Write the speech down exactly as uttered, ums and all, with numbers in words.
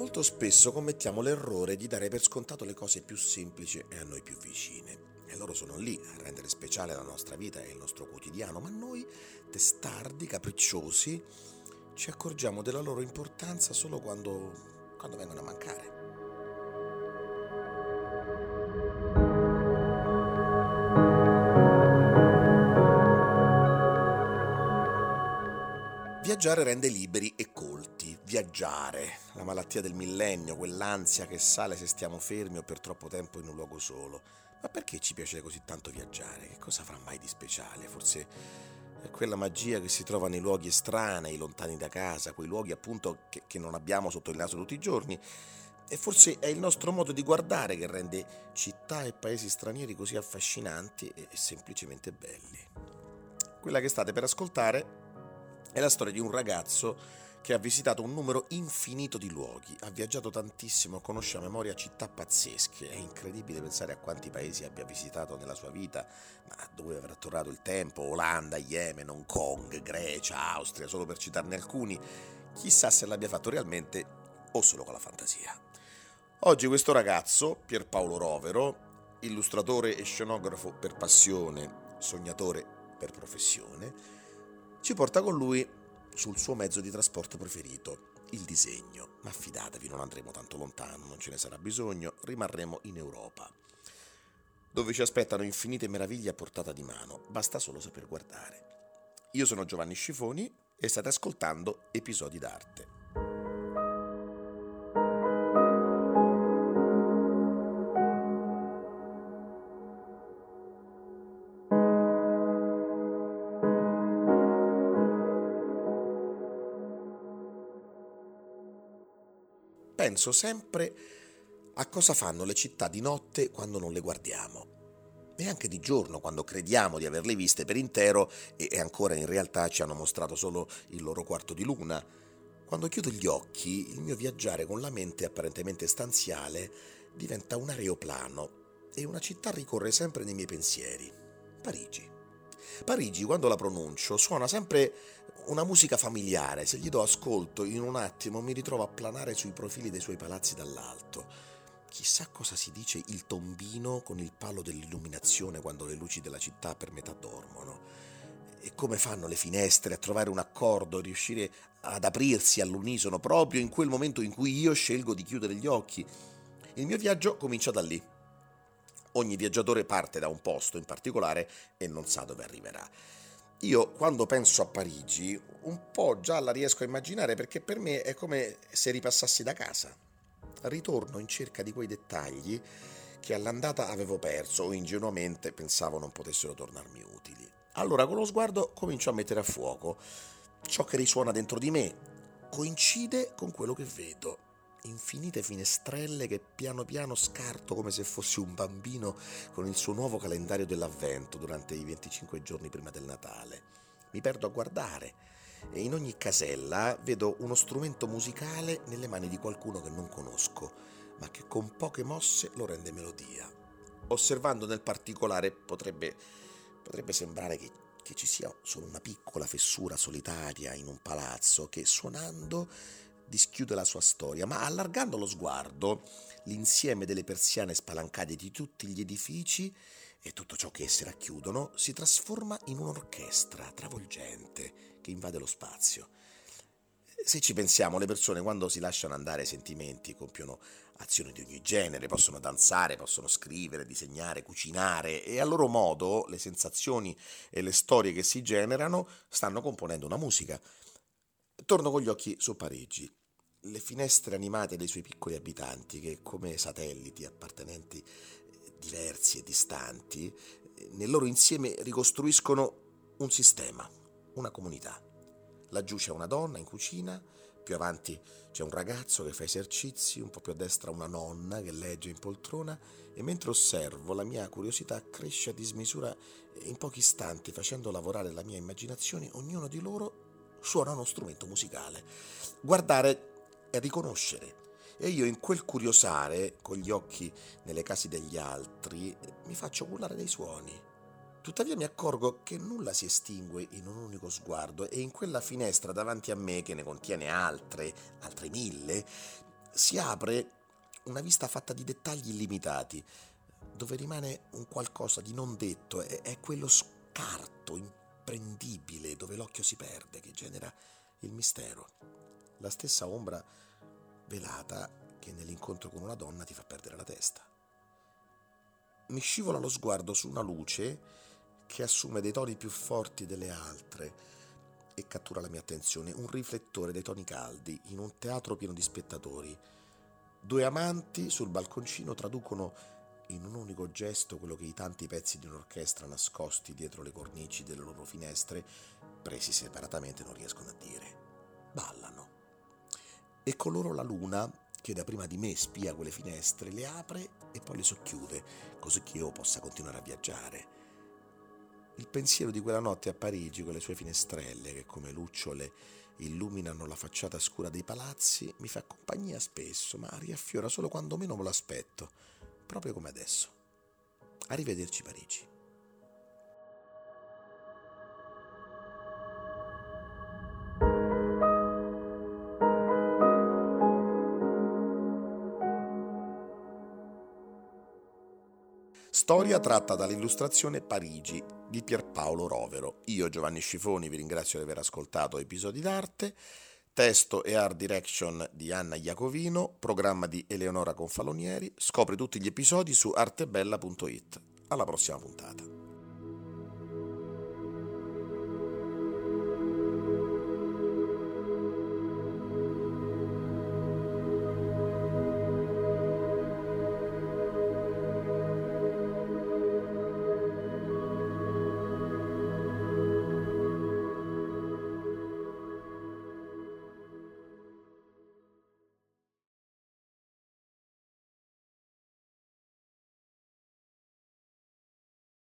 Molto spesso commettiamo l'errore di dare per scontato le cose più semplici e a noi più vicine. E loro sono lì a rendere speciale la nostra vita e il nostro quotidiano, ma noi, testardi, capricciosi, ci accorgiamo della loro importanza solo quando, quando vengono a mancare. Viaggiare rende liberi e colti. Viaggiare, la malattia del millennio, quell'ansia che sale se stiamo fermi o per troppo tempo in un luogo solo. Ma perché ci piace così tanto viaggiare? Che cosa avrà mai di speciale? Forse è quella magia che si trova nei luoghi estranei, lontani da casa, quei luoghi appunto che, che non abbiamo sotto il naso tutti i giorni. E forse è il nostro modo di guardare che rende città e paesi stranieri così affascinanti e semplicemente belli. Quella che state per ascoltare è la storia di un ragazzo che ha visitato un numero infinito di luoghi, ha viaggiato tantissimo, conosce a memoria città pazzesche. È incredibile pensare a quanti paesi abbia visitato nella sua vita, ma dove avrà trovato il tempo: Olanda, Yemen, Hong Kong, Grecia, Austria, solo per citarne alcuni. Chissà se l'abbia fatto realmente o solo con la fantasia. Oggi questo ragazzo, Pierpaolo Rovero, illustratore e scenografo per passione, sognatore per professione, ci porta con lui sul suo mezzo di trasporto preferito, il disegno. Ma fidatevi, non andremo tanto lontano, non ce ne sarà bisogno, rimarremo in Europa, dove ci aspettano infinite meraviglie a portata di mano, basta solo saper guardare. Io sono Giovanni Scifoni e state ascoltando Episodi d'Arte. Penso sempre a cosa fanno le città di notte quando non le guardiamo, e anche di giorno quando crediamo di averle viste per intero e ancora in realtà ci hanno mostrato solo il loro quarto di luna. Quando chiudo gli occhi, il mio viaggiare con la mente apparentemente stanziale diventa un aeroplano e una città ricorre sempre nei miei pensieri: Parigi. Parigi, quando la pronuncio, suona sempre una musica familiare. Se gli do ascolto, in un attimo mi ritrovo a planare sui profili dei suoi palazzi dall'alto. Chissà cosa si dice il tombino con il palo dell'illuminazione quando le luci della città per metà dormono. E come fanno le finestre a trovare un accordo, riuscire ad aprirsi all'unisono proprio in quel momento in cui io scelgo di chiudere gli occhi. Il mio viaggio comincia da lì. Ogni viaggiatore parte da un posto in particolare e non sa dove arriverà. Io, quando penso a Parigi, un po' già la riesco a immaginare, perché per me è come se ripassassi da casa. Ritorno in cerca di quei dettagli che all'andata avevo perso o ingenuamente pensavo non potessero tornarmi utili. Allora, con lo sguardo comincio a mettere a fuoco. Ciò che risuona dentro di me coincide con quello che vedo. Infinite finestrelle che piano piano scarto come se fossi un bambino con il suo nuovo calendario dell'avvento durante i venticinque giorni prima del Natale. Mi perdo a guardare e in ogni casella vedo uno strumento musicale nelle mani di qualcuno che non conosco, ma che con poche mosse lo rende melodia. Osservando nel particolare potrebbe, potrebbe sembrare che, che ci sia solo una piccola fessura solitaria in un palazzo che, suonando, dischiude la sua storia, ma allargando lo sguardo, l'insieme delle persiane spalancate di tutti gli edifici e tutto ciò che esse racchiudono si trasforma in un'orchestra travolgente che invade lo spazio. Se ci pensiamo, le persone, quando si lasciano andare ai sentimenti, compiono azioni di ogni genere, possono danzare, possono scrivere, disegnare, cucinare, e a loro modo le sensazioni e le storie che si generano stanno componendo una musica. Torno con gli occhi su Parigi. Le finestre animate dei suoi piccoli abitanti, che come satelliti appartenenti diversi e distanti, nel loro insieme ricostruiscono un sistema, una comunità. Laggiù c'è una donna in cucina, più avanti c'è un ragazzo che fa esercizi, un po' più a destra una nonna che legge in poltrona, e mentre osservo la mia curiosità cresce a dismisura in pochi istanti, facendo lavorare la mia immaginazione. Ognuno di loro suona uno strumento musicale. Guardare e riconoscere. E io, in quel curiosare, con gli occhi nelle case degli altri, mi faccio cullare dei suoni. Tuttavia mi accorgo che nulla si estingue in un unico sguardo, e in quella finestra davanti a me, che ne contiene altre, altre mille, Si apre una vista fatta di dettagli illimitati, dove rimane un qualcosa di non detto, è, è quello scarto, imprendibile, dove l'occhio si perde, che genera il mistero. La stessa ombra velata che nell'incontro con una donna ti fa perdere la testa. Mi scivola lo sguardo su una luce che assume dei toni più forti delle altre e cattura la mia attenzione, un riflettore dai toni caldi in un teatro pieno di spettatori. Due amanti sul balconcino traducono in un unico gesto quello che i tanti pezzi di un'orchestra nascosti dietro le cornici delle loro finestre, presi separatamente, non riescono a dire. Ballano. E con loro la luna, che da prima di me spia quelle finestre, le apre e poi le socchiude, così che io possa continuare a viaggiare. Il pensiero di quella notte a Parigi, con le sue finestrelle che come lucciole illuminano la facciata scura dei palazzi, mi fa compagnia spesso, ma riaffiora solo quando meno me lo aspetto, proprio come adesso. Arrivederci Parigi. Storia tratta dall'illustrazione Parigi di Pierpaolo Rovero. Io, Giovanni Scifoni, vi ringrazio di aver ascoltato Episodi d'Arte. Testo e art direction di Anna Iacovino, programma di Eleonora Confalonieri. Scopri tutti gli episodi su artebella punto it. Alla prossima puntata.